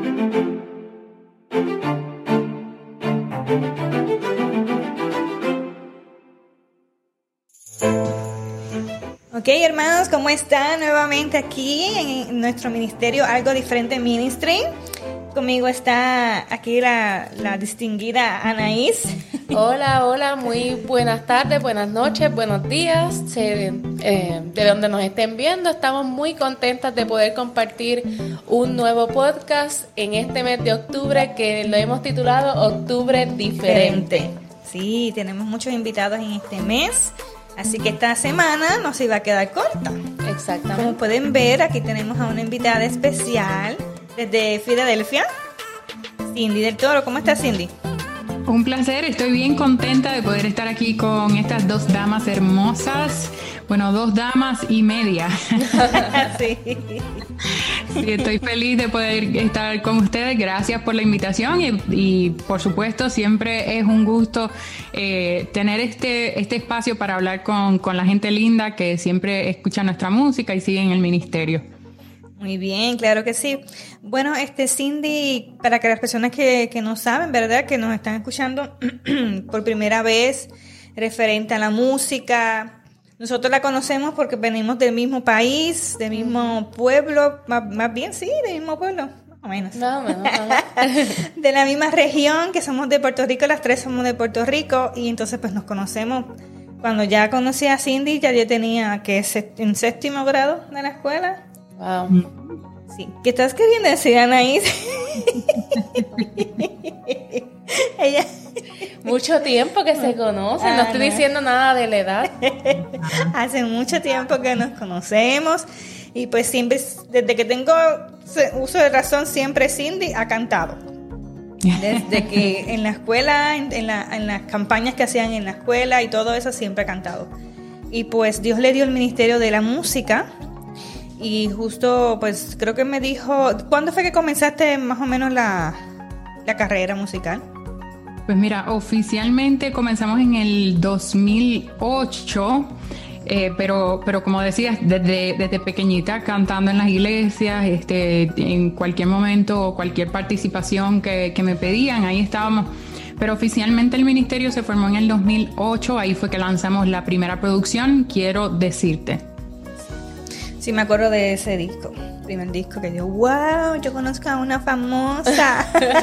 Ok, hermanos, ¿cómo están? Nuevamente aquí en nuestro ministerio Algo Diferente Ministry. Conmigo está aquí la distinguida Anaís. Hola, muy buenas tardes, buenas noches, buenos días. De donde nos estén viendo, estamos muy contentas de poder compartir un nuevo podcast en este mes de octubre que lo hemos titulado Octubre Diferente. Sí, tenemos muchos invitados en este mes. Así que esta semana no se iba a quedar corta. Exactamente. Como pueden ver, aquí tenemos a una invitada especial desde Filadelfia, Cindy del Toro. ¿Cómo estás, Cindy? Un placer, estoy bien contenta de poder estar aquí con estas dos damas hermosas. Bueno, 2 damas y media. Sí. Sí, estoy feliz de poder estar con ustedes. Gracias por la invitación y por supuesto siempre es un gusto tener este espacio para hablar con la gente linda que siempre escucha nuestra música y sigue en el ministerio. Muy bien, claro que sí. Bueno, Cindy, para que las personas que no saben, ¿verdad? Que nos están escuchando por primera vez referente a la música, nosotros la conocemos porque venimos del mismo país, del mismo pueblo, más bien sí, del mismo pueblo, más o menos. No. De la misma región, que somos de Puerto Rico, las 3 somos de Puerto Rico, y entonces pues nos conocemos. Cuando ya conocí a Cindy, ya yo tenía que en 7º grado de la escuela. Wow. Sí. ¿Qué estás queriendo decir, Anaís? Ella... Mucho tiempo que se conocen, no estoy diciendo nada de la edad. Hace mucho tiempo que nos conocemos y pues siempre, desde que tengo uso de razón, siempre Cindy ha cantado. Desde que en la escuela, en las campañas que hacían en la escuela y todo eso, siempre ha cantado. Y pues Dios le dio el ministerio de la música. Y justo, pues creo que me dijo, ¿cuándo fue que comenzaste más o menos la carrera musical? Pues mira, oficialmente comenzamos en el 2008, pero como decías, desde pequeñita cantando en las iglesias, en cualquier momento, cualquier participación que me pedían, ahí estábamos. Pero oficialmente el ministerio se formó en el 2008, ahí fue que lanzamos la primera producción, Quiero Decirte. Sí, me acuerdo de ese disco, primer disco que yo, wow, yo conozco a una famosa.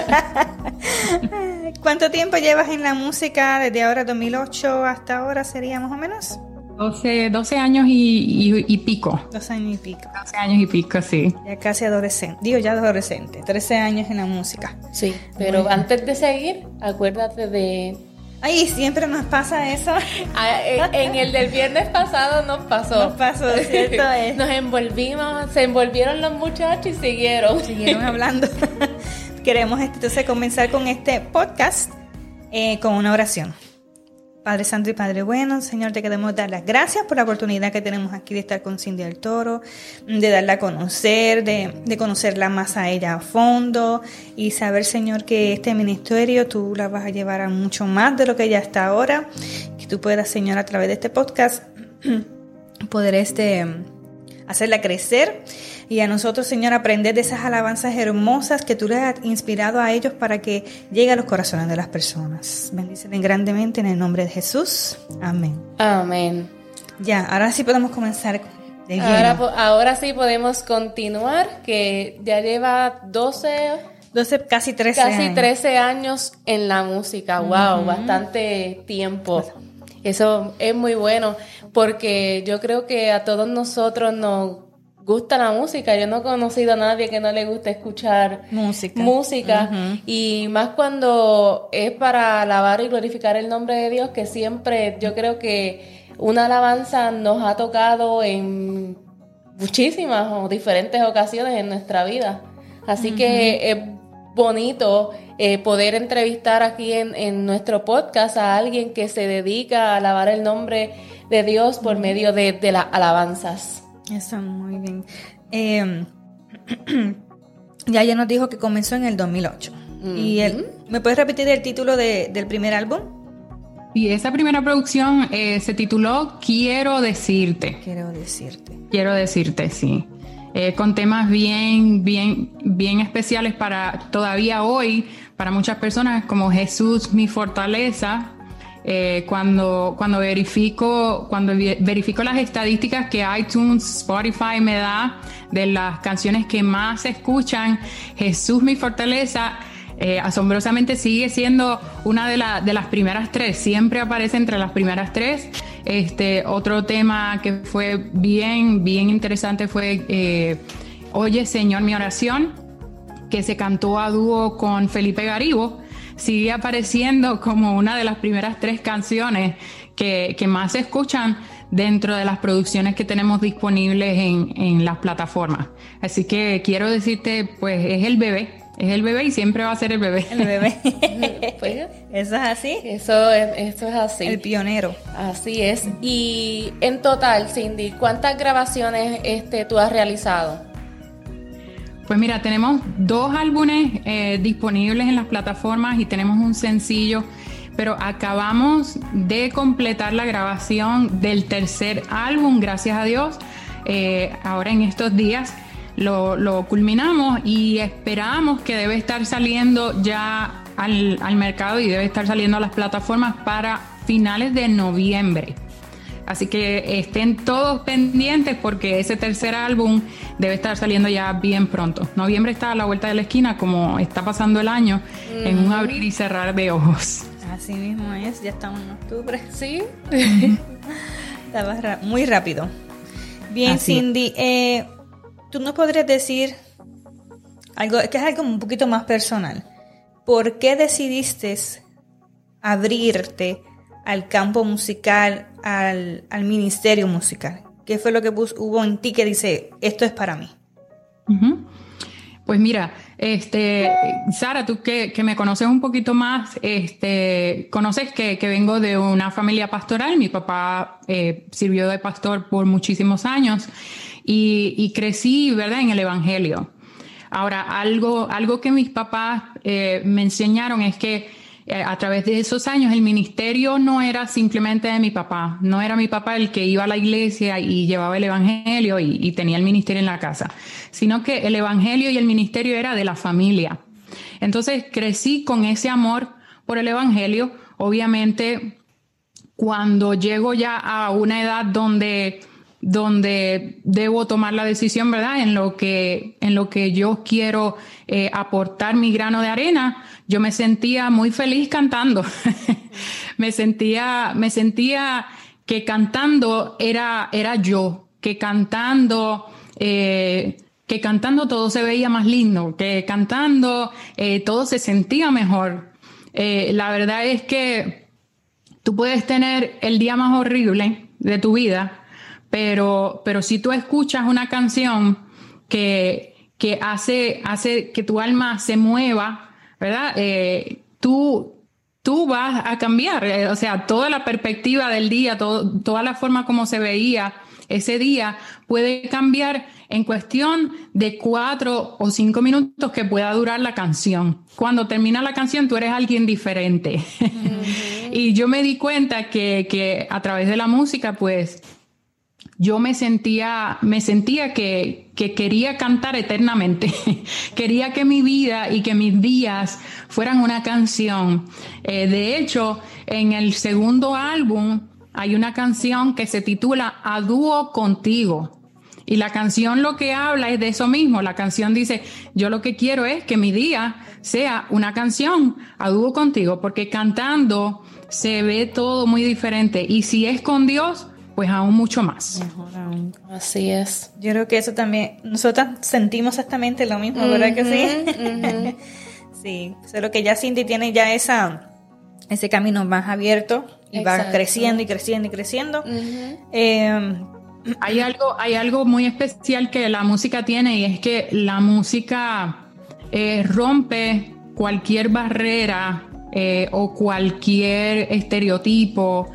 ¿Cuánto tiempo llevas en la música desde ahora, 2008 hasta ahora sería más o menos? 12 años y pico. 12 años y pico. 12 años y pico, sí. Ya casi adolescente, ya adolescente, 13 años en la música. Sí, pero antes de seguir, acuérdate de... Ay, siempre nos pasa eso. En el del viernes pasado nos pasó, ¿cierto? Nos envolvimos, se envolvieron los muchachos y siguieron hablando. Queremos entonces comenzar con este podcast con una oración. Padre Santo y Padre Bueno, Señor, te queremos dar las gracias por la oportunidad que tenemos aquí de estar con Cindy del Toro, de darla a conocer, de conocerla más a ella a fondo y saber, Señor, que este ministerio tú la vas a llevar a mucho más de lo que ella está ahora, que tú puedas, Señor, a través de este podcast poder hacerla crecer y a nosotros, Señor, aprender de esas alabanzas hermosas que tú le has inspirado a ellos para que llegue a los corazones de las personas. Bendícelen grandemente en el nombre de Jesús. Amén. Amén. Ya, ahora sí podemos comenzar de lleno. Ahora sí podemos continuar, que ya lleva 12, casi 13 años en la música. Wow, bastante tiempo. Eso es muy bueno, porque yo creo que a todos nosotros nos gusta la música. Yo no he conocido a nadie que no le guste escuchar música. Y más cuando es para alabar y glorificar el nombre de Dios, que siempre yo creo que una alabanza nos ha tocado en muchísimas o diferentes ocasiones en nuestra vida. Así que es bonito poder entrevistar aquí en nuestro podcast a alguien que se dedica a alabar el nombre de Dios por medio de las alabanzas. Eso, muy bien. Ya nos dijo que comenzó en el 2008. ¿Y me puedes repetir el título del primer álbum? Y esa primera producción se tituló Quiero Decirte. Quiero Decirte. Quiero Decirte, sí. con temas bien especiales para todavía hoy, para muchas personas, como Jesús, mi fortaleza. Cuando verifico las estadísticas que iTunes, Spotify me da de las canciones que más se escuchan, Jesús, mi fortaleza, asombrosamente sigue siendo una de las primeras 3, siempre aparece entre las primeras 3. Otro tema que fue bien interesante fue Oye Señor mi oración, que se cantó a dúo con Felipe Garibo. Sigue apareciendo como una de las primeras 3 canciones que más se escuchan dentro de las producciones que tenemos disponibles en las plataformas. Así que quiero decirte, pues es el bebé y siempre va a ser el bebé. El bebé. Pues, ¿eso es así? Eso es así. El pionero. Así es. Y en total, Cindy, ¿cuántas grabaciones tú has realizado? Pues mira, tenemos 2 álbumes disponibles en las plataformas y tenemos un sencillo, pero acabamos de completar la grabación del tercer álbum, gracias a Dios. Ahora en estos días lo culminamos y esperamos que debe estar saliendo ya al mercado y debe estar saliendo a las plataformas para finales de noviembre. Así que estén todos pendientes porque ese tercer álbum debe estar saliendo ya bien pronto. Noviembre está a la vuelta de la esquina, como está pasando el año, en un abrir y cerrar de ojos. Así mismo es, ya estamos en octubre. Sí. Estaba muy rápido. Bien, Así Cindy, ¿tú nos podrías decir algo, que es algo un poquito más personal? ¿Por qué decidiste abrirte al campo musical, al ministerio musical? ¿Qué fue lo que hubo en ti que dice, esto es para mí? Uh-huh. Pues mira, Sara, tú que me conoces un poquito más, conoces que vengo de una familia pastoral. Mi papá sirvió de pastor por muchísimos años y crecí, ¿verdad?, en el evangelio. Ahora, algo que mis papás me enseñaron es que a través de esos años el ministerio no era simplemente de mi papá, no era mi papá el que iba a la iglesia y llevaba el evangelio y tenía el ministerio en la casa, sino que el evangelio y el ministerio era de la familia. Entonces crecí con ese amor por el evangelio. Obviamente, cuando llego ya a una edad donde debo tomar la decisión, ¿verdad?, en lo que yo quiero aportar mi grano de arena, yo me sentía muy feliz cantando. me sentía que cantando era yo, que cantando todo se veía más lindo, que cantando todo se sentía mejor. La verdad es que tú puedes tener el día más horrible de tu vida, pero si tú escuchas una canción que hace que tu alma se mueva, ¿verdad? Tú vas a cambiar, o sea, toda la perspectiva del día, toda la forma como se veía ese día puede cambiar en cuestión de 4 o 5 minutos que pueda durar la canción. Cuando termina la canción, tú eres alguien diferente. Uh-huh. Y yo me di cuenta que a través de la música, pues, yo me sentía que quería cantar eternamente. Quería que mi vida y que mis días fueran una canción. De hecho, en el segundo álbum hay una canción que se titula A Dúo Contigo. Y la canción lo que habla es de eso mismo. La canción dice, yo lo que quiero es que mi día sea una canción a dúo contigo, porque cantando se ve todo muy diferente. Y si es con Dios, pues aún mucho más. Mejor aún. Así es. Yo creo que eso también, nosotras sentimos exactamente lo mismo, ¿verdad que sí? Uh-huh. Sí, solo que ya Cindy tiene ya ese camino más abierto y va creciendo y creciendo y creciendo. Uh-huh. Hay algo muy especial que la música tiene, y es que la música rompe cualquier barrera o cualquier estereotipo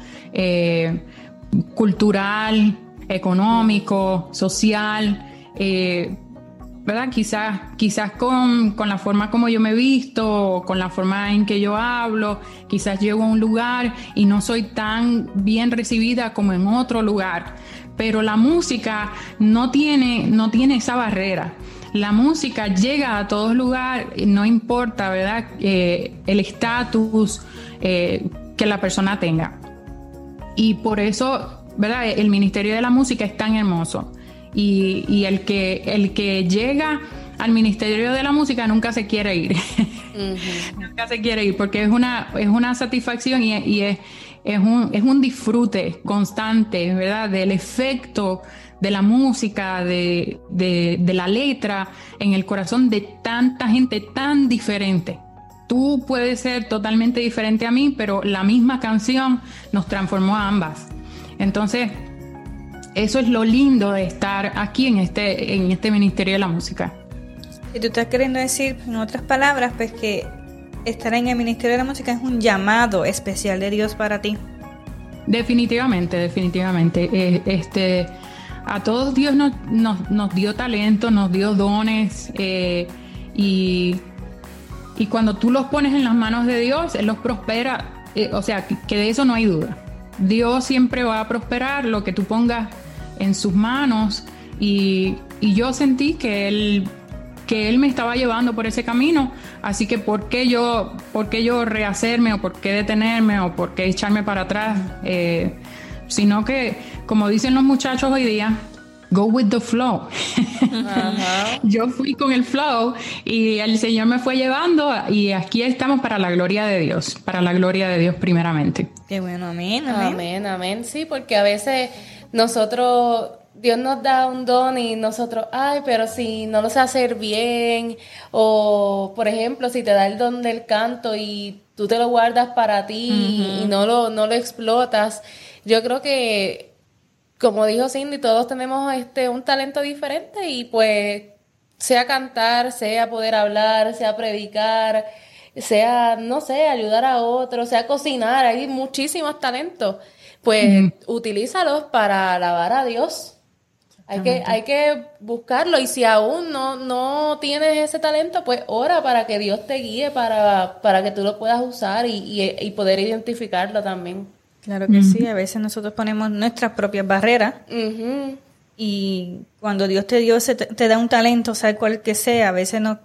cultural, económico, social. ¿verdad? Quizás con la forma como yo me visto, con la forma en que yo hablo, quizás llego a un lugar y no soy tan bien recibida como en otro lugar. Pero la música no tiene esa barrera. La música llega a todos lugares, no importa, ¿verdad? El estatus que la persona tenga. Y por eso, ¿verdad? El ministerio de la música es tan hermoso. Y el que llega al ministerio de la música nunca se quiere ir. Uh-huh. Nunca se quiere ir porque es una satisfacción y es un disfrute constante, ¿verdad? Del efecto de la música, de la letra en el corazón de tanta gente tan diferente. Tú puedes ser totalmente diferente a mí, pero la misma canción nos transformó a ambas. Entonces, eso es lo lindo de estar aquí en este ministerio de la música. Y tú estás queriendo decir, en otras palabras, pues que estar en el ministerio de la música es un llamado especial de Dios para ti. Definitivamente. A todos Dios nos dio talento, nos dio dones, y cuando tú los pones en las manos de Dios, Él los prospera, o sea, que de eso no hay duda. Dios siempre va a prosperar lo que tú pongas en sus manos, y yo sentí que Él me estaba llevando por ese camino, así que ¿por qué yo rehacerme, o por qué detenerme, o por qué echarme para atrás? Sino que, como dicen los muchachos hoy día, go with the flow. Uh-huh. Yo fui con el flow y el Señor me fue llevando, y aquí estamos para la gloria de Dios primeramente. Qué bueno, amén. Sí, porque a veces Dios nos da un don y nosotros, pero si no lo sé hacer bien, o por ejemplo, si te da el don del canto y tú te lo guardas para ti, uh-huh, y no lo explotas. Yo creo que, como dijo Cindy, todos tenemos un talento diferente, y pues sea cantar, sea poder hablar, sea predicar, sea, no sé, ayudar a otros, sea cocinar, hay muchísimos talentos. Pues utilízalos para alabar a Dios. Hay que buscarlo, y si aún no tienes ese talento, pues ora para que Dios te guíe para que tú lo puedas usar y poder identificarlo también. Claro que sí, a veces nosotros ponemos nuestras propias barreras, uh-huh, y cuando Dios te da un talento, sea cual que sea, a veces nos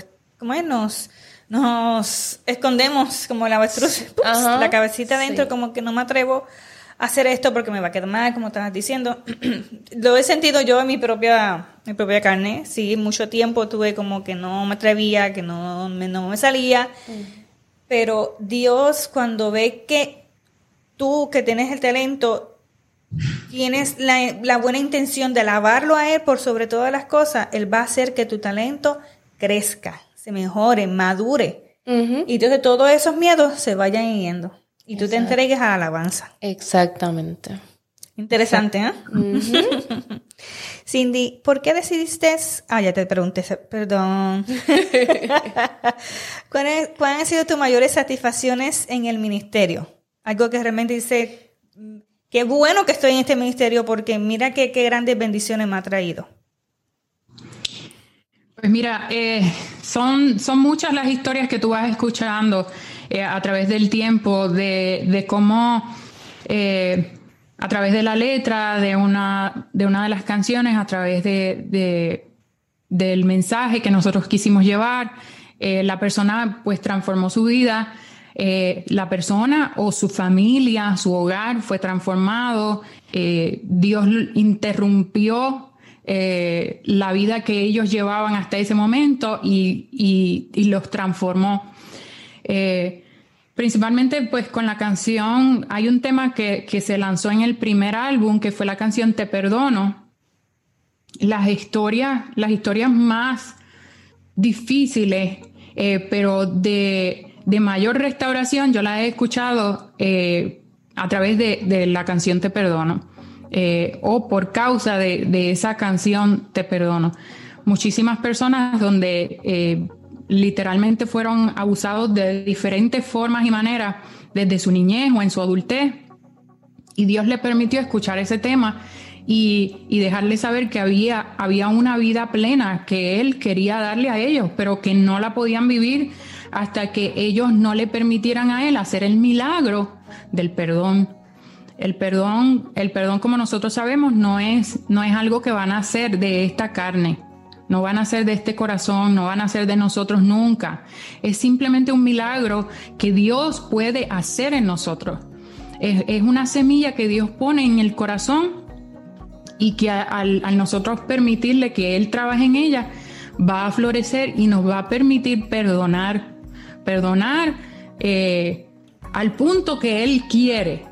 escondemos como el avestruz, uh-huh, la cabecita adentro, sí, como que no me atrevo a hacer esto porque me va a quedar mal, como estabas diciendo. Lo he sentido yo en mi propia carne, sí, mucho tiempo tuve como que no me atrevía, que no me salía, uh-huh, pero Dios, cuando ve que tú, que tienes el talento, tienes la buena intención de alabarlo a Él por sobre todas las cosas, Él va a hacer que tu talento crezca, se mejore, madure. Uh-huh. Y entonces todos esos miedos se vayan yendo. Y tú, exacto, te entregues a la alabanza. Exactamente. Interesante, ¿eh? Uh-huh. Cindy, ¿por qué decidiste? Ya te pregunté, perdón. ¿Cuáles han sido tus mayores satisfacciones en el ministerio? Algo que realmente dice, qué bueno que estoy en este ministerio, porque mira qué grandes bendiciones me ha traído. Pues mira, son muchas las historias que tú vas escuchando a través del tiempo, de cómo a través de la letra de una de las canciones, a través del mensaje que nosotros quisimos llevar, la persona pues transformó su vida. La persona o su familia, su hogar fue transformado. Dios interrumpió la vida que ellos llevaban hasta ese momento y los transformó. Principalmente pues con la canción, hay un tema que se lanzó en el primer álbum, que fue la canción Te Perdono. Las historias más difíciles, pero de mayor restauración, yo la he escuchado a través de la canción Te Perdono, o por causa de esa canción Te Perdono. Muchísimas personas donde literalmente fueron abusados de diferentes formas y maneras desde su niñez o en su adultez, y Dios le permitió escuchar ese tema y dejarle saber que había una vida plena que Él quería darle a ellos, pero que no la podían vivir hasta que ellos no le permitieran a Él hacer el milagro del perdón. El perdón, como nosotros sabemos, no es algo que van a hacer de esta carne, no van a ser de este corazón, no van a ser de nosotros nunca. Es simplemente un milagro que Dios puede hacer en nosotros. Es una semilla que Dios pone en el corazón y que al nosotros permitirle que Él trabaje en ella, va a florecer y nos va a permitir perdonar al punto que Él quiere,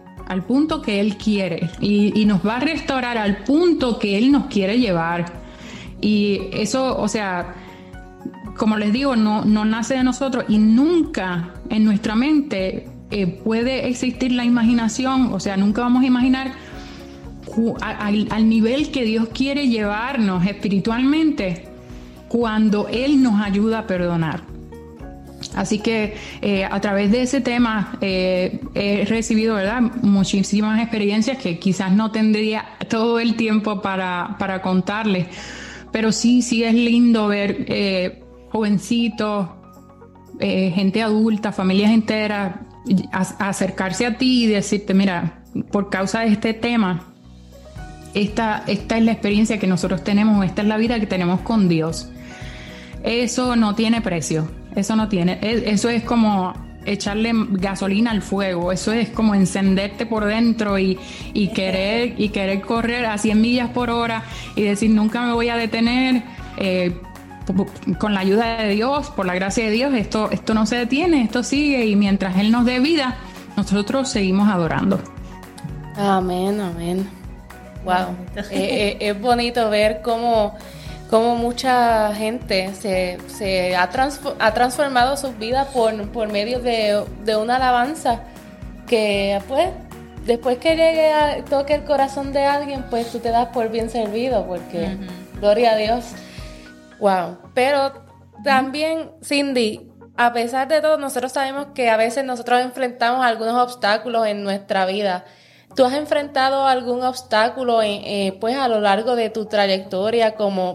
y nos va a restaurar al punto que Él nos quiere llevar. Y eso, o sea, como les digo, no nace de nosotros, y nunca en nuestra mente puede existir la imaginación, o sea, nunca vamos a imaginar al nivel que Dios quiere llevarnos espiritualmente cuando Él nos ayuda a perdonar. Así que a través de ese tema he recibido, ¿verdad?, muchísimas experiencias que quizás no tendría todo el tiempo para contarles, pero sí es lindo ver jovencitos, gente adulta, familias enteras, acercarse a ti y decirte, mira, por causa de este tema, esta es la experiencia que nosotros tenemos, esta es la vida que tenemos con Dios. Eso no tiene precio, eso es como echarle gasolina al fuego, eso es como encenderte por dentro y querer correr a 100 millas por hora y decir, nunca me voy a detener, con la ayuda de Dios, por la gracia de Dios, esto no se detiene, esto sigue, y mientras Él nos dé vida, nosotros seguimos adorando. Amén, amén. Wow. Es bonito ver cómo mucha gente se ha transformado sus vidas por medio de una alabanza que, pues, después que toque el corazón de alguien, pues tú te das por bien servido, porque gloria a Dios. Wow. Pero también, Cindy, a pesar de todo, nosotros sabemos que a veces nosotros enfrentamos algunos obstáculos en nuestra vida. ¿Tú has enfrentado algún obstáculo pues a lo largo de tu trayectoria como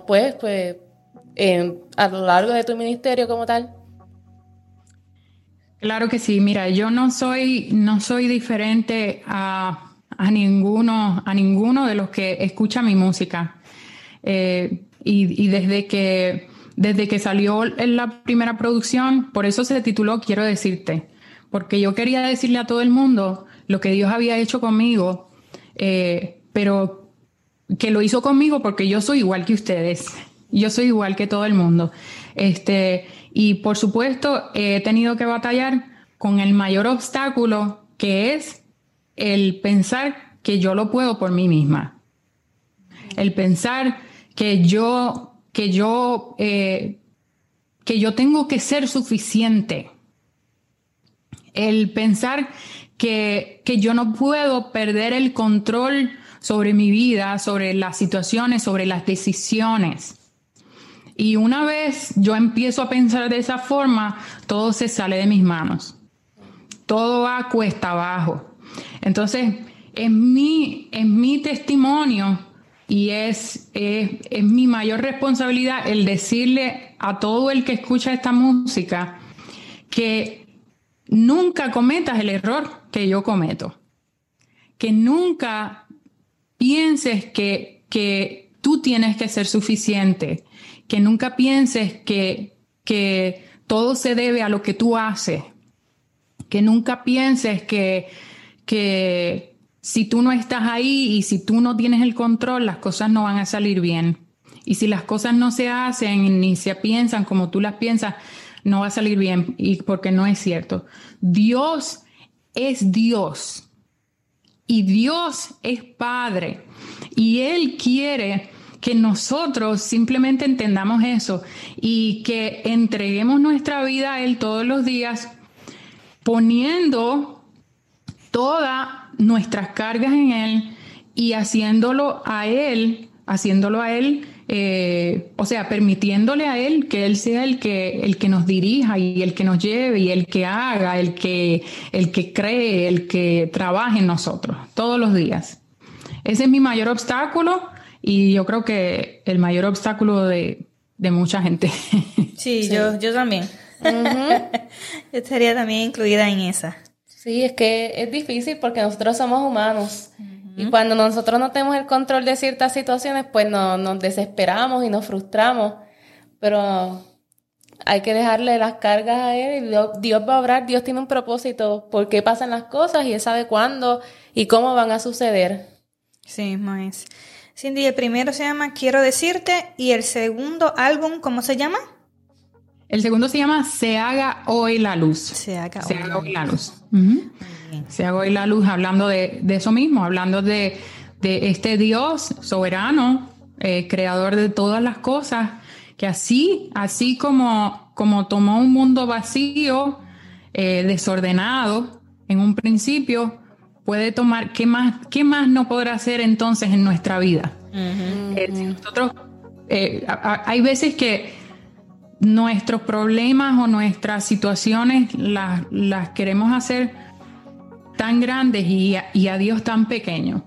a lo largo de tu ministerio como tal? Claro que sí. Mira, yo no soy diferente a ninguno de los que escucha mi música. Y desde que salió en la primera producción, por eso se tituló Quiero Decirte, porque yo quería decirle a todo el mundo lo que Dios había hecho conmigo, pero que lo hizo conmigo porque yo soy igual que ustedes, yo soy igual que todo el mundo. Y por supuesto he tenido que batallar con el mayor obstáculo, que es el pensar que yo lo puedo por mí misma, el pensar que yo tengo que ser suficiente, el pensar que yo no puedo perder el control sobre mi vida, sobre las situaciones, sobre las decisiones. Y una vez yo empiezo a pensar de esa forma, todo se sale de mis manos. Todo va cuesta abajo. Entonces, es mi testimonio y es mi mayor responsabilidad el decirle a todo el que escucha esta música que nunca cometas el error que yo cometo. Que nunca pienses que tú tienes que ser suficiente. Que nunca pienses que todo se debe a lo que tú haces. Que nunca pienses que si tú no estás ahí y si tú no tienes el control, las cosas no van a salir bien. Y si las cosas no se hacen ni se piensan como tú las piensas, no va a salir bien, y porque no es cierto. Dios es Dios y Dios es Padre, y Él quiere que nosotros simplemente entendamos eso y que entreguemos nuestra vida a Él todos los días, poniendo todas nuestras cargas en Él y haciéndolo a Él, o sea, permitiéndole a Él que Él sea el que nos dirija y el que nos lleve y el que haga, el que cree, el que trabaje en nosotros todos los días. Ese es mi mayor obstáculo y yo creo que el mayor obstáculo de mucha gente. Sí, yo también. Yo estaría también incluida en esa. Sí, es que es difícil porque nosotros somos humanos. Y cuando nosotros no tenemos el control de ciertas situaciones, pues nos desesperamos y nos frustramos. Pero hay que dejarle las cargas a Él. Dios va a obrar, Dios tiene un propósito. Por qué pasan las cosas y Él sabe cuándo y cómo van a suceder. Sí, más. Cindy, el primero se llama Quiero Decirte y el segundo álbum, ¿cómo se llama? El segundo se llama Se haga hoy la luz. Se haga hoy la luz. Se haga hoy la luz, hablando de eso mismo, hablando de este Dios soberano, creador de todas las cosas, que así como tomó un mundo vacío, desordenado en un principio, puede tomar, ¿qué más no podrá hacer entonces en nuestra vida? Si nosotros, hay veces que nuestros problemas o nuestras situaciones las queremos hacer tan grandes y a Dios tan pequeño.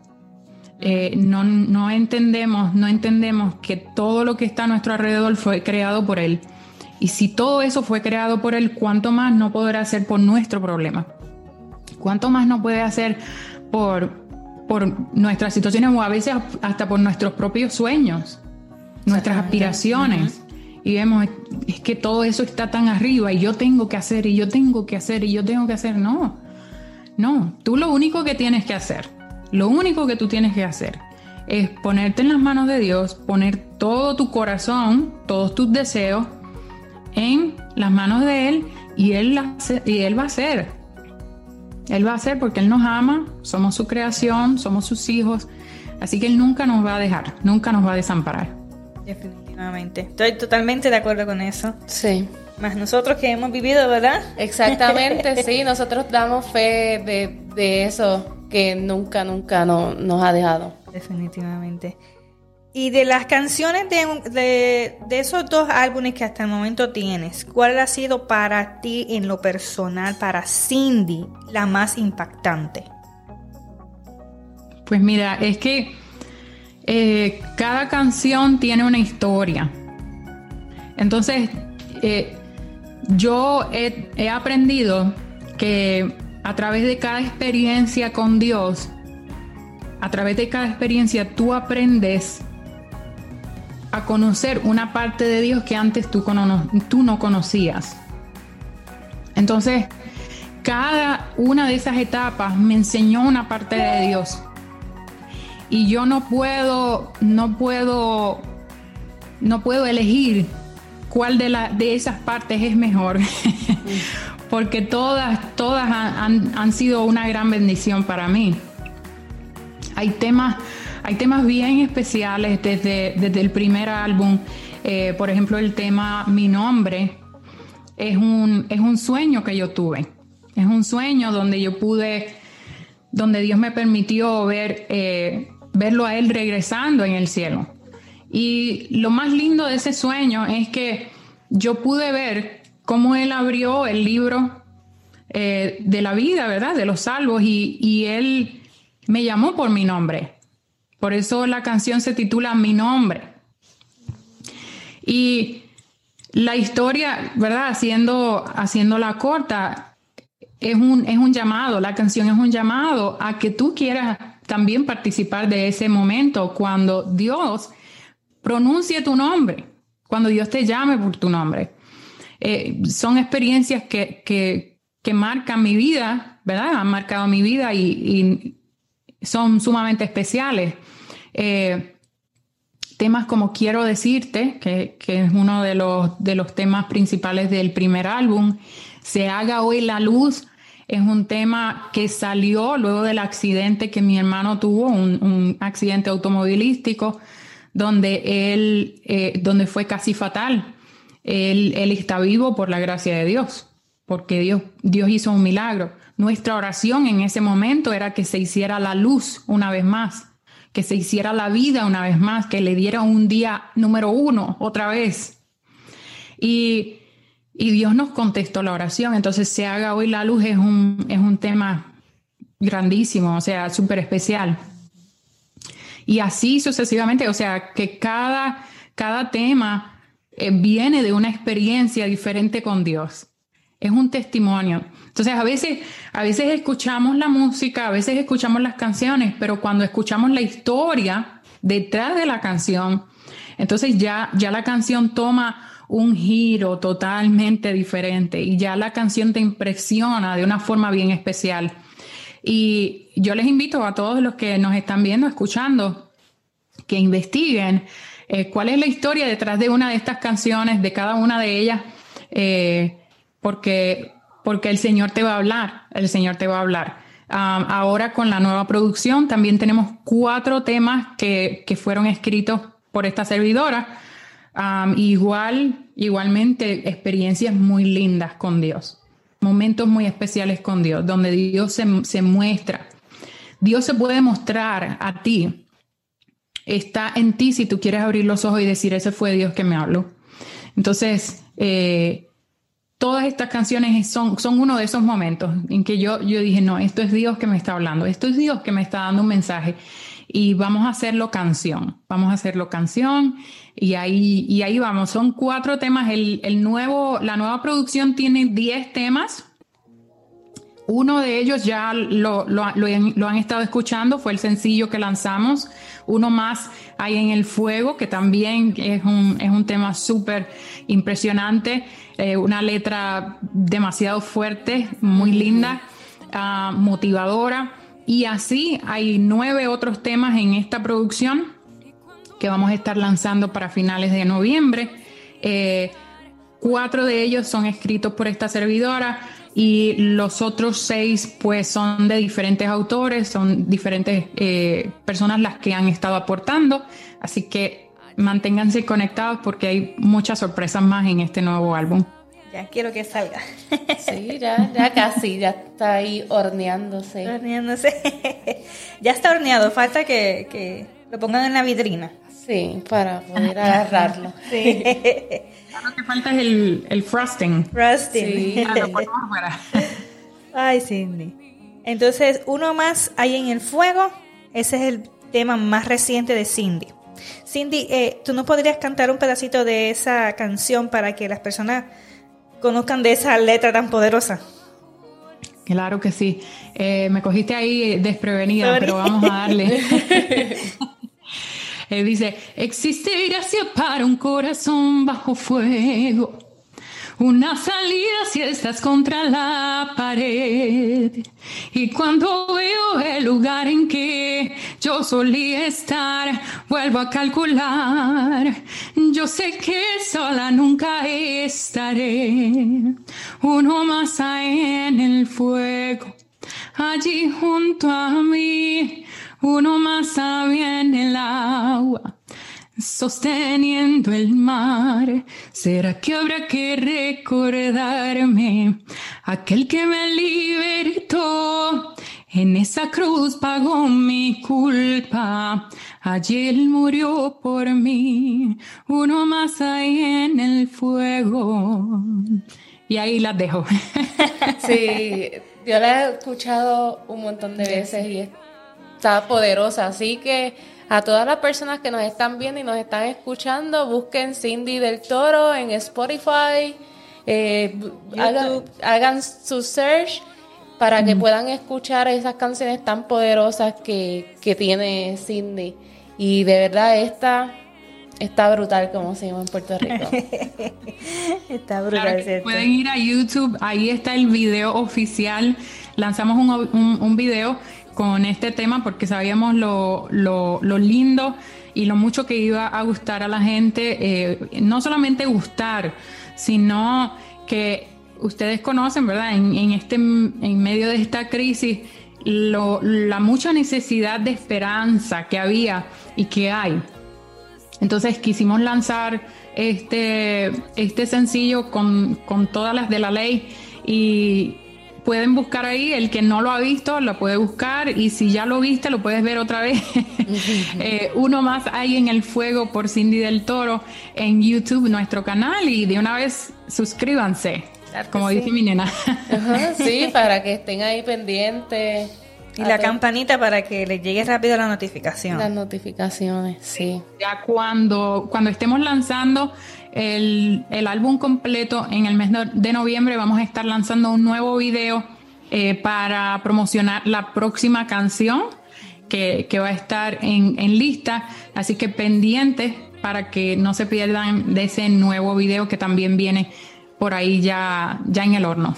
No entendemos que todo lo que está a nuestro alrededor fue creado por Él. Y si todo eso fue creado por Él, ¿cuánto más no podrá hacer por nuestro problema? ¿Cuánto más no puede hacer por nuestras situaciones o a veces hasta por nuestros propios sueños, nuestras aspiraciones? Y vemos, es que todo eso está tan arriba y yo tengo que hacer, y yo tengo que hacer, y yo tengo que hacer. No, tú lo único que tienes que hacer, es ponerte en las manos de Dios, poner todo tu corazón, todos tus deseos en las manos de Él y Él va a hacer. Él va a hacer porque Él nos ama, somos su creación, somos sus hijos, así que Él nunca nos va a dejar, nunca nos va a desamparar. Definitivamente, estoy totalmente de acuerdo con eso. Sí. Más nosotros que hemos vivido, ¿verdad? Exactamente, sí, nosotros damos fe de eso que nunca nos ha dejado. Definitivamente. Y de las canciones de esos dos álbumes que hasta el momento tienes, ¿cuál ha sido para ti en lo personal, para Cindy, la más impactante? Pues mira, es que cada canción tiene una historia. Entonces, yo he aprendido que a través de cada experiencia con Dios, a través de cada experiencia, tú aprendes a conocer una parte de Dios que antes tú no conocías. Entonces, cada una de esas etapas me enseñó una parte de Dios. Y yo no puedo elegir cuál de esas partes es mejor, porque todas han sido una gran bendición para mí. Hay temas bien especiales desde el primer álbum. Por ejemplo, el tema Mi Nombre es un sueño que yo tuve. Es un sueño donde donde Dios me permitió verlo a Él regresando en el cielo. Y lo más lindo de ese sueño es que yo pude ver cómo Él abrió el libro de la vida, ¿verdad? De los salvos, y Él me llamó por mi nombre. Por eso la canción se titula Mi Nombre. Y la historia, ¿verdad? Haciéndola corta, es un llamado. La canción es un llamado a que tú quieras también participar de ese momento cuando Dios pronuncie tu nombre, cuando Dios te llame por tu nombre. Son experiencias que marcan mi vida, ¿verdad? Han marcado mi vida y son sumamente especiales. Temas como Quiero Decirte, que es uno de los temas principales del primer álbum. Se haga hoy la luz es un tema que salió luego del accidente que mi hermano tuvo, un accidente automovilístico donde fue casi fatal. Él está vivo por la gracia de Dios, porque Dios hizo un milagro. Nuestra oración en ese momento era que se hiciera la luz una vez más, que se hiciera la vida una vez más, que le diera un día número 1 otra vez. Y Dios nos contestó la oración. Entonces, Se haga hoy la luz es un tema grandísimo, o sea, súper especial. Y así sucesivamente, o sea, que cada tema viene de una experiencia diferente con Dios. Es un testimonio. Entonces, a veces escuchamos la música, a veces escuchamos las canciones, pero cuando escuchamos la historia detrás de la canción, entonces ya la canción toma un giro totalmente diferente y ya la canción te impresiona de una forma bien especial. Y yo les invito a todos los que nos están viendo, escuchando, que investiguen cuál es la historia detrás de una de estas canciones, de cada una de ellas, porque el Señor te va a hablar, ahora con la nueva producción también tenemos 4 temas que fueron escritos por esta servidora. Igualmente experiencias muy lindas con Dios, momentos muy especiales con Dios, donde Dios se muestra. Dios se puede mostrar a ti. Está en ti si tú quieres abrir los ojos y decir, ese fue Dios que me habló. Entonces, todas estas canciones son uno de esos momentos en que yo dije, no, esto es Dios que me está hablando, esto es Dios que me está dando un mensaje y vamos a hacerlo canción y ahí vamos. Son 4 temas. La nueva producción tiene 10 temas. Uno de ellos ya lo han estado escuchando, fue el sencillo que lanzamos. Uno más hay en el fuego, que también es un tema súper impresionante, una letra demasiado fuerte, muy linda, motivadora. Y así hay 9 otros temas en esta producción que vamos a estar lanzando para finales de noviembre. 4 de ellos son escritos por esta servidora y los otros 6 pues son de diferentes autores, son diferentes personas las que han estado aportando. Así que manténganse conectados porque hay muchas sorpresas más en este nuevo álbum. Ya quiero que salga. Sí, ya casi, ya está ahí horneándose. Ya está horneado, falta que lo pongan en la vitrina. Sí, para poder agarrarlo. Sí. Lo que falta es el frosting. Sí. Ay, Cindy. Entonces, uno más hay en el fuego. Ese es el tema más reciente de Cindy. Cindy, ¿tú no podrías cantar un pedacito de esa canción para que las personas conozcan de esa letra tan poderosa? Claro que sí. Me cogiste ahí desprevenida, pero vamos a darle. Dice, existe gracia para un corazón bajo fuego, una salida si estás contra la pared. Y cuando veo el lugar en que yo solía estar, vuelvo a calcular. Yo sé que sola nunca estaré. Uno más hay en el fuego, allí junto a mí. Uno más había en el agua, sosteniendo el mar. ¿Será que habrá que recordarme aquel que me libertó? En esa cruz pagó mi culpa, allí él murió por mí. Uno más hay en el fuego. Y ahí las dejo. Sí, yo la he escuchado un montón de veces y está poderosa, así que a todas las personas que nos están viendo y nos están escuchando, busquen Cindy del Toro en Spotify, hagan su search para que puedan escuchar esas canciones tan poderosas que tiene Cindy. Y de verdad está brutal, como se llama en Puerto Rico. Está brutal, claro, ¿cierto? Pueden ir a YouTube, ahí está el video oficial. Lanzamos un video con este tema porque sabíamos lo lindo y lo mucho que iba a gustar a la gente, no solamente gustar, sino que ustedes conocen, ¿verdad? En medio de esta crisis, la mucha necesidad de esperanza que había y que hay. Entonces quisimos lanzar este sencillo con todas las de la ley y pueden buscar ahí, el que no lo ha visto lo puede buscar y si ya lo viste lo puedes ver otra vez. Uno más hay en el fuego por Cindy del Toro en YouTube, nuestro canal, y de una vez suscríbanse, claro, como dice mi nena. Sí, para que estén ahí pendientes. Y la campanita para que le llegue rápido la notificación. Las notificaciones, sí. Ya cuando estemos lanzando el álbum completo en el mes de noviembre, vamos a estar lanzando un nuevo video para promocionar la próxima canción que va a estar en lista. Así que pendientes para que no se pierdan de ese nuevo video que también viene por ahí ya en el horno.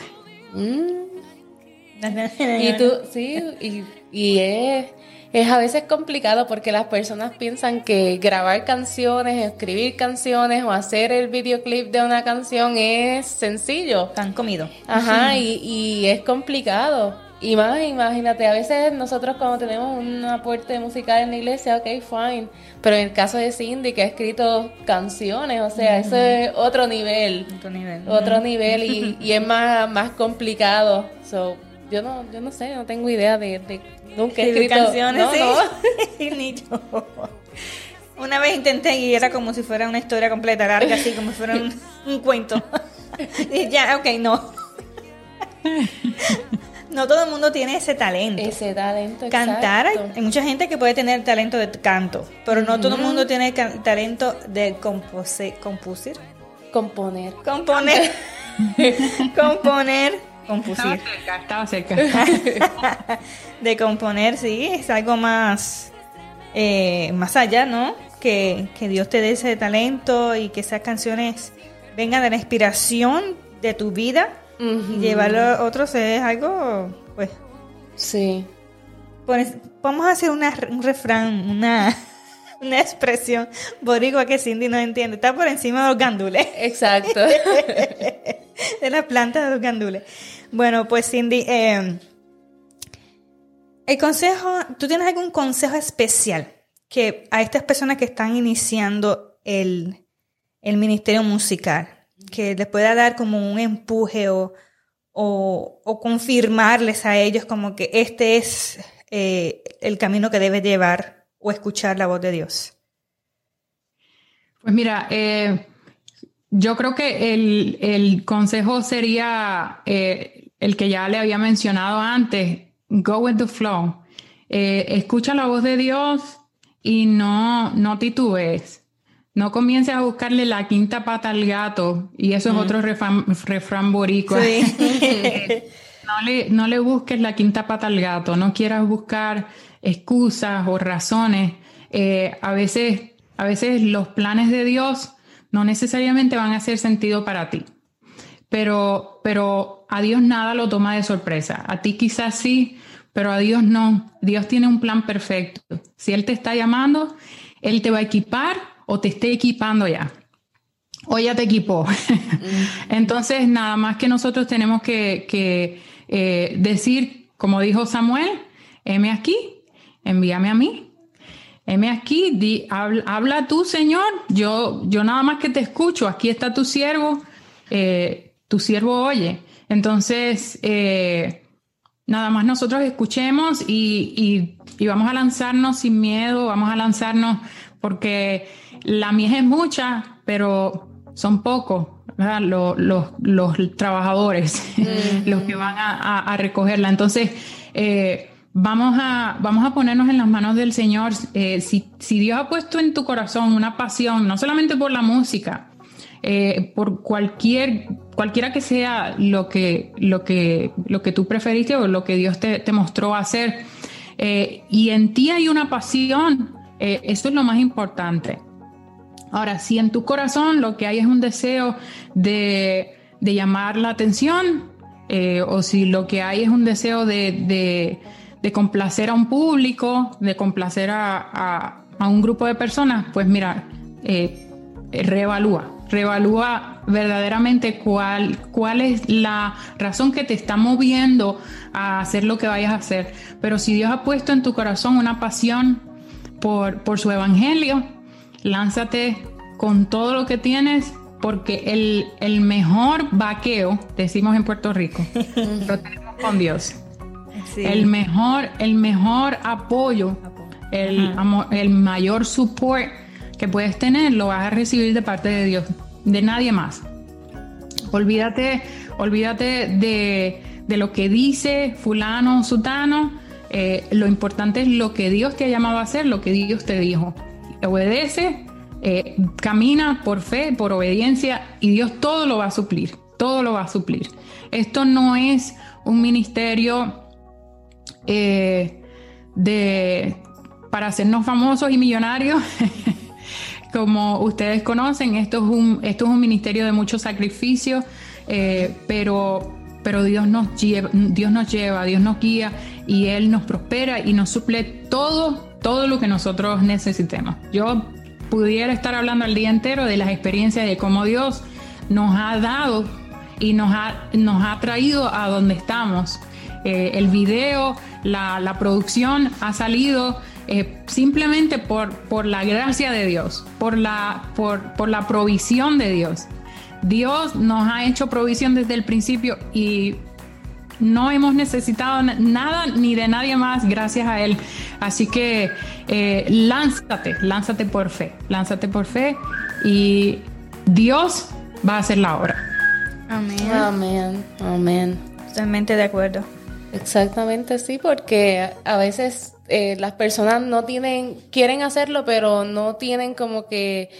Y tú, sí, y es a veces complicado porque las personas piensan que grabar canciones, escribir canciones o hacer el videoclip de una canción es sencillo. Tan comido. Ajá, y es complicado. Y más, imagínate, a veces nosotros cuando tenemos un aporte musical en la iglesia, ok, fine. Pero en el caso de Cindy, que ha escrito canciones, o sea, eso es otro nivel. Otro nivel y es más complicado. So, yo no sé, no tengo idea de nunca he escrito canciones, no, ¿sí? No. Ni yo. Una vez intenté y era como si fuera una historia completa, larga, así como si fuera un cuento. Y ya, ok, no. No todo el mundo tiene ese talento. Cantar, hay mucha gente que puede tener talento de canto, pero no todo el mundo tiene talento de componer. Estaba cerca. De componer, sí, es algo más allá, ¿no? Que Dios te dé ese talento y que esas canciones vengan de la inspiración de tu vida. Y llevarlo a otros es algo, pues... Sí. Pues, vamos a hacer un refrán, una expresión boricua que Cindy no entiende. Está por encima de los gandules. Exacto. De las plantas de los gandules. Bueno, pues Cindy, el consejo... ¿Tú tienes algún consejo especial que a estas personas que están iniciando el ministerio musical, que les pueda dar como un empuje o confirmarles a ellos como que este es el camino que debes llevar o escuchar la voz de Dios? Pues mira, yo creo que el consejo sería el que ya le había mencionado antes, go with the flow. Escucha la voz de Dios y no titubees. No comiences a buscarle la quinta pata al gato, y eso es otro refrán boricua. Sí. No le busques la quinta pata al gato, no quieras buscar excusas o razones. A veces los planes de Dios no necesariamente van a hacer sentido para ti, pero a Dios nada lo toma de sorpresa. A ti quizás sí, pero a Dios no. Dios tiene un plan perfecto. Si Él te está llamando, Él te va a equipar o te esté equipando ya, o ya te equipó. Entonces, nada más que nosotros tenemos que decir, como dijo Samuel, heme aquí, envíame a mí, heme aquí, habla tú, Señor, yo nada más que te escucho, aquí está tu siervo oye. Entonces, nada más nosotros escuchemos y vamos a lanzarnos sin miedo, vamos a lanzarnos porque la mies es mucha, pero son pocos, ¿verdad? Los trabajadores, los que van a recogerla. Entonces, vamos a ponernos en las manos del Señor. Si Dios ha puesto en tu corazón una pasión, no solamente por la música, por cualquiera que sea lo que tú preferiste o lo que Dios te mostró hacer, y en ti hay una pasión, eso es lo más importante. Ahora, si en tu corazón lo que hay es un deseo de llamar la atención, o si lo que hay es un deseo de complacer a un público, de complacer a un grupo de personas, pues mira, reevalúa verdaderamente cuál es la razón que te está moviendo a hacer lo que vayas a hacer. Pero si Dios ha puesto en tu corazón una pasión por su evangelio, lánzate con todo lo que tienes, porque el mejor vaqueo, decimos en Puerto Rico, lo tenemos con Dios. Sí. El mejor apoyo, el mayor support que puedes tener, lo vas a recibir de parte de Dios, de nadie más. Olvídate de lo que dice fulano, sutano, Lo importante es lo que Dios te ha llamado a hacer, lo que Dios te dijo. Obedece, camina por fe, por obediencia, y Dios todo lo va a suplir, todo lo va a suplir. Esto no es un ministerio para hacernos famosos y millonarios. Como ustedes conocen, esto es un ministerio de mucho sacrificio, pero Dios nos lleva, Dios nos guía, y Él nos prospera y nos suple todo lo que nosotros necesitemos. Yo pudiera estar hablando el día entero de las experiencias de cómo Dios nos ha dado y nos ha traído a donde estamos. El video, la producción ha salido simplemente por la gracia de Dios, por la provisión de Dios. Dios nos ha hecho provisión desde el principio y no hemos necesitado nada ni de nadie más gracias a Él. Así que lánzate por fe y Dios va a hacer la obra. Amén. Amén, amén. Totalmente de acuerdo. Exactamente, sí, porque a veces las personas quieren hacerlo, pero no tienen como que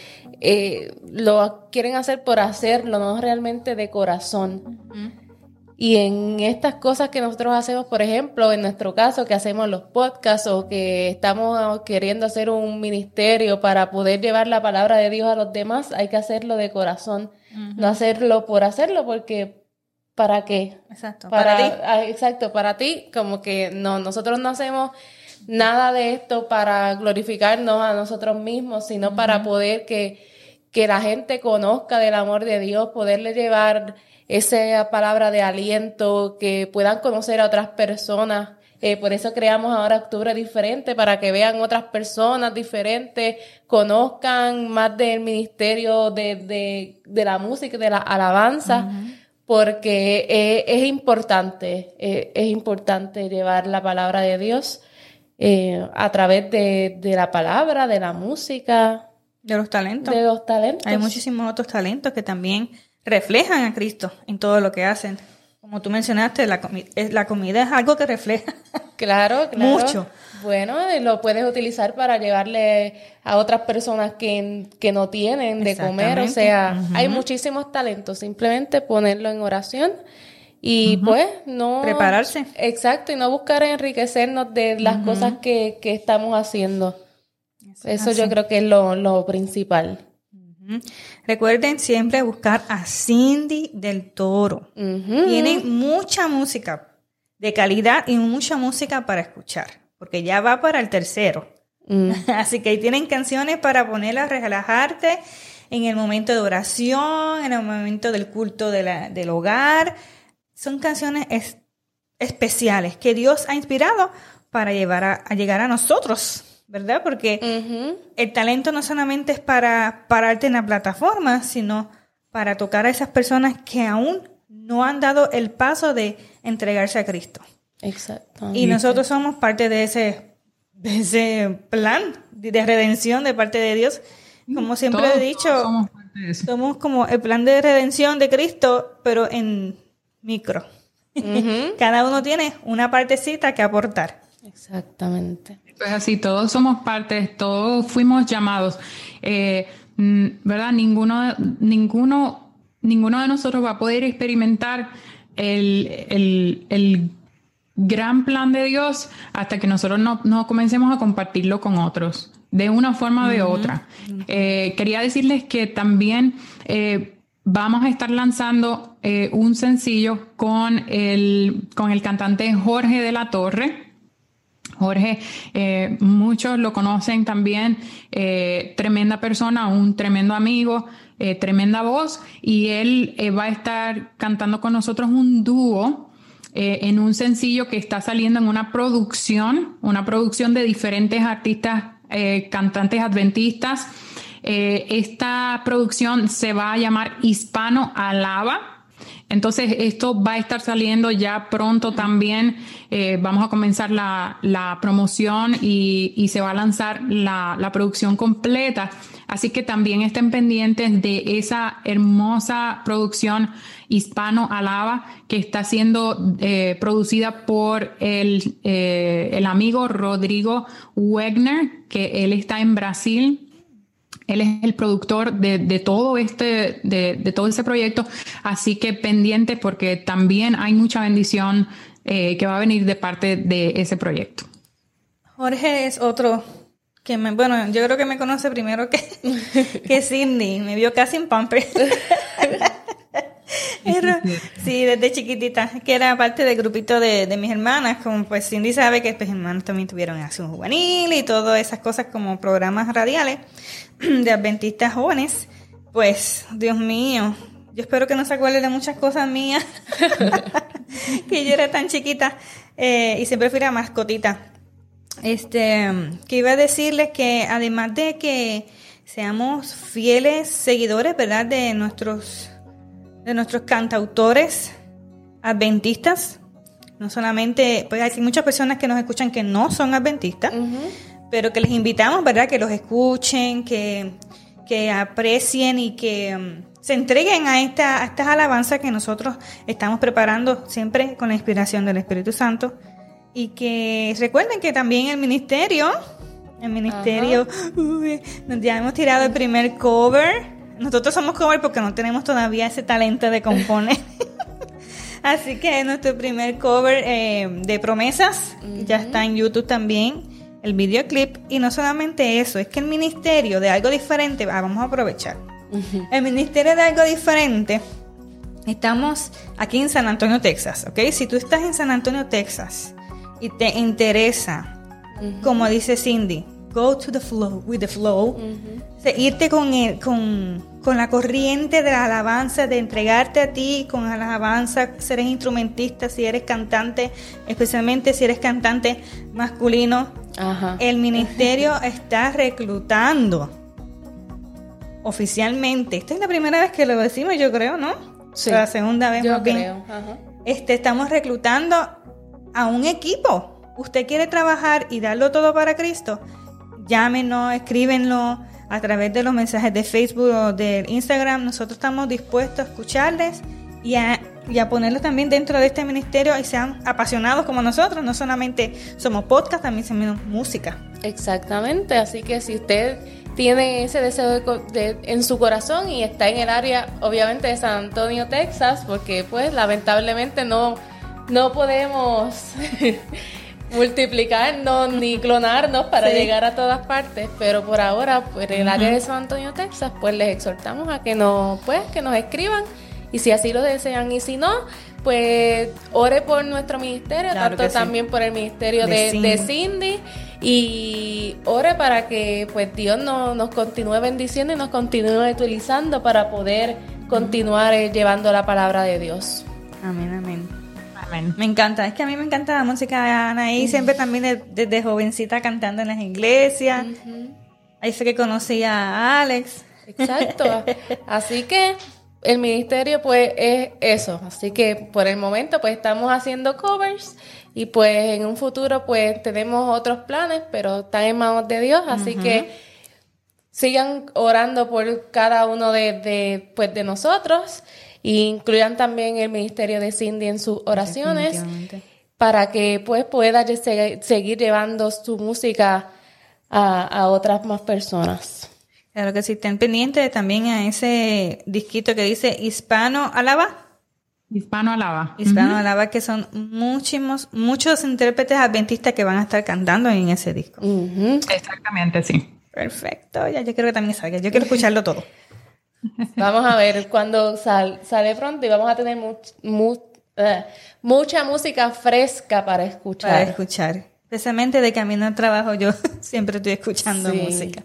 lo quieren hacer por hacerlo, no realmente de corazón. Uh-huh. Y en estas cosas que nosotros hacemos, por ejemplo, en nuestro caso, que hacemos los podcasts o que estamos queriendo hacer un ministerio para poder llevar la palabra de Dios a los demás, hay que hacerlo de corazón, uh-huh. No hacerlo por hacerlo, porque ¿para qué? Exacto, para ti. Exacto, para ti, como que no, nosotros no hacemos nada de esto para glorificarnos a nosotros mismos, sino uh-huh. para poder que la gente conozca del amor de Dios, poderle llevar esa palabra de aliento, que puedan conocer a otras personas. Por eso creamos ahora Octubre Diferente, para que vean otras personas diferentes, conozcan más del ministerio de la música, de la alabanza, uh-huh. porque es importante llevar la palabra de Dios a través de la palabra, de la música. De los talentos. Hay muchísimos otros talentos que también reflejan a Cristo en todo lo que hacen. Como tú mencionaste, la comida es algo que refleja. Claro. Mucho. Bueno, lo puedes utilizar para llevarle a otras personas que no tienen de comer. O sea, uh-huh. hay muchísimos talentos. Simplemente ponerlo en oración y uh-huh. pues no... prepararse. Exacto, y no buscar enriquecernos de las uh-huh. cosas que estamos haciendo. Eso yo creo que es lo principal. Uh-huh. Recuerden siempre buscar a Cindy del Toro. Uh-huh. Tiene mucha música de calidad y mucha música para escuchar, porque ya va para el tercero. Así que ahí tienen canciones para ponerlas, relajarte en el momento de oración, en el momento del culto del hogar. Son canciones especiales que Dios ha inspirado para llegar a nosotros, ¿verdad? Porque uh-huh. el talento no solamente es para pararte en la plataforma, sino para tocar a esas personas que aún no han dado el paso de entregarse a Cristo. Exacto. Y nosotros somos parte de ese plan de redención de parte de Dios. Como siempre he dicho, somos como el plan de redención de Cristo, pero en micro. Uh-huh. Cada uno tiene una partecita que aportar. Exactamente. Pues así, todos somos partes, todos fuimos llamados. ¿Verdad? Ninguno de nosotros va a poder experimentar el gran plan de Dios hasta que nosotros no comencemos a compartirlo con otros, de una forma o de otra. Quería decirles que también vamos a estar lanzando un sencillo con el cantante Jorge de la Torre. Jorge, muchos lo conocen también, tremenda persona, un tremendo amigo, tremenda voz, y él va a estar cantando con nosotros un dúo en un sencillo que está saliendo en una producción de diferentes artistas, cantantes adventistas. Esta producción se va a llamar Hispano Alaba. Entonces, esto va a estar saliendo ya pronto también. Vamos a comenzar la promoción y se va a lanzar la producción completa. Así que también estén pendientes de esa hermosa producción Hispano Alaba que está siendo producida por el amigo Rodrigo Wegner, que él está en Brasil. Él es el productor de todo de todo ese proyecto, así que pendientes porque también hay mucha bendición que va a venir de parte de ese proyecto. Jorge es otro que yo creo que me conoce primero que Cindy, me vio casi en Pampers. Sí, desde chiquitita, que era parte del grupito de mis hermanas, como pues Cindy sabe que mis hermanos también tuvieron acción juvenil y todas esas cosas como programas radiales de adventistas jóvenes. Pues, Dios mío, yo espero que no se acuerde de muchas cosas mías, que yo era tan chiquita y siempre fui la mascotita. Que iba a decirles que además de que seamos fieles seguidores, ¿verdad?, de nuestros cantautores adventistas, no solamente, pues hay muchas personas que nos escuchan que no son adventistas, pero que les invitamos, ¿verdad?, que los escuchen, que aprecien y que se entreguen a estas alabanzas que nosotros estamos preparando siempre con la inspiración del Espíritu Santo, y que recuerden que también el ministerio, ya hemos tirado el primer cover. Nosotros somos cover porque no tenemos todavía ese talento de componer. Así que nuestro primer cover de Promesas ya está en YouTube también, el videoclip. Y no solamente eso, es que el ministerio de Algo Diferente, vamos a aprovechar. El ministerio de Algo Diferente, estamos aquí en San Antonio, Texas, ¿ok? Si tú estás en San Antonio, Texas y te interesa, como dice Cindy, go to the flow, with the flow, o sea, irte con la corriente de la alabanza, de entregarte a ti con la alabanza, si eres instrumentista, si eres cantante, especialmente si eres cantante masculino. El ministerio está reclutando oficialmente. Esta es la primera vez que lo decimos, yo creo, ¿no? Sí. La segunda vez. Yo más bien. creo. Estamos reclutando a un equipo. ¿Usted quiere trabajar y darlo todo para Cristo? Llámenos, escríbenlo a través de los mensajes de Facebook o de Instagram. Nosotros estamos dispuestos a escucharles y a ponerlos también dentro de este ministerio y sean apasionados como nosotros. No solamente somos podcast, también somos música. Exactamente, así que si usted tiene ese deseo en su corazón y está en el área, obviamente, de San Antonio, Texas, porque pues lamentablemente no podemos multiplicarnos ni clonarnos para llegar a todas partes, pero por ahora, pues en el área de San Antonio, Texas, pues les exhortamos a que nos escriban, y si así lo desean, y si no, pues ore por nuestro ministerio, claro, tanto también por el ministerio de Cindy, y ore para que pues Dios nos continúe bendiciendo y nos continúe utilizando para poder continuar llevando la palabra de Dios. Amén, amén. Me encanta, es que a mí me encanta la música de Anaí, siempre también desde jovencita cantando en las iglesias. Ahí fue que conocí a Alex. Exacto, así que el ministerio pues es eso, así que por el momento pues estamos haciendo covers y pues en un futuro pues tenemos otros planes, pero están en manos de Dios, así que sigan orando por cada uno de nosotros. Y incluyan también el ministerio de Cindy en sus oraciones para que pues pueda seguir llevando su música a otras más personas. Claro que sí, estén pendientes también a ese disquito que dice Hispano Alaba. Hispano Alaba. Hispano Alaba, que son muchos intérpretes adventistas que van a estar cantando en ese disco. Exactamente, sí. Perfecto, ya yo quiero que también salga, yo quiero escucharlo todo. Vamos a ver cuando sale pronto, y vamos a tener mucha música fresca para escuchar. Especialmente de camino al trabajo, yo siempre estoy escuchando música.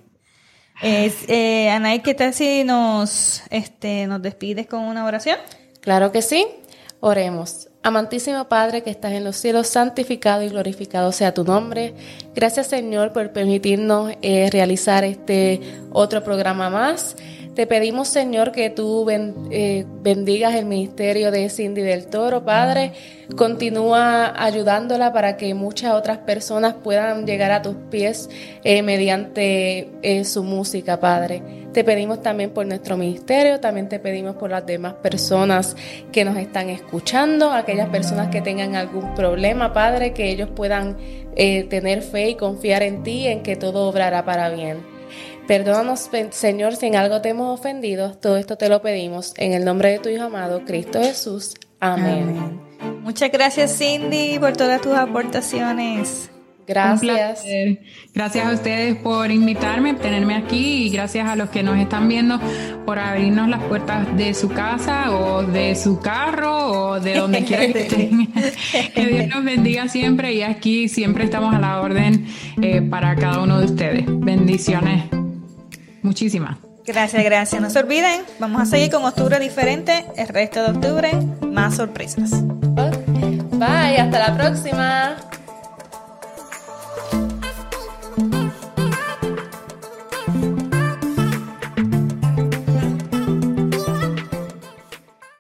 Anaí, ¿qué tal si nos despides con una oración? Claro que sí. Oremos. Amantísimo Padre que estás en los cielos, santificado y glorificado sea tu nombre. Gracias, Señor, por permitirnos realizar este otro programa más. Te pedimos, Señor, que tú bendigas el ministerio de Cindy del Toro, Padre. Continúa ayudándola para que muchas otras personas puedan llegar a tus pies mediante su música, Padre. Te pedimos también por nuestro ministerio, también te pedimos por las demás personas que nos están escuchando, aquellas personas que tengan algún problema, Padre, que ellos puedan tener fe y confiar en ti, en que todo obrará para bien. Perdónanos, Señor, si en algo te hemos ofendido. Todo esto te lo pedimos en el nombre de tu Hijo amado, Cristo Jesús. Amén. Muchas gracias, Cindy, por todas tus aportaciones. Gracias. Gracias a ustedes por invitarme, tenerme aquí, y gracias a los que nos están viendo por abrirnos las puertas de su casa o de su carro o de donde quiera que estén. Que Dios nos bendiga siempre, y aquí siempre estamos a la orden para cada uno de ustedes. Bendiciones. Muchísimas. Gracias. No se olviden, vamos a seguir con Octubre Diferente. El resto de octubre, más sorpresas. Bye, hasta la próxima.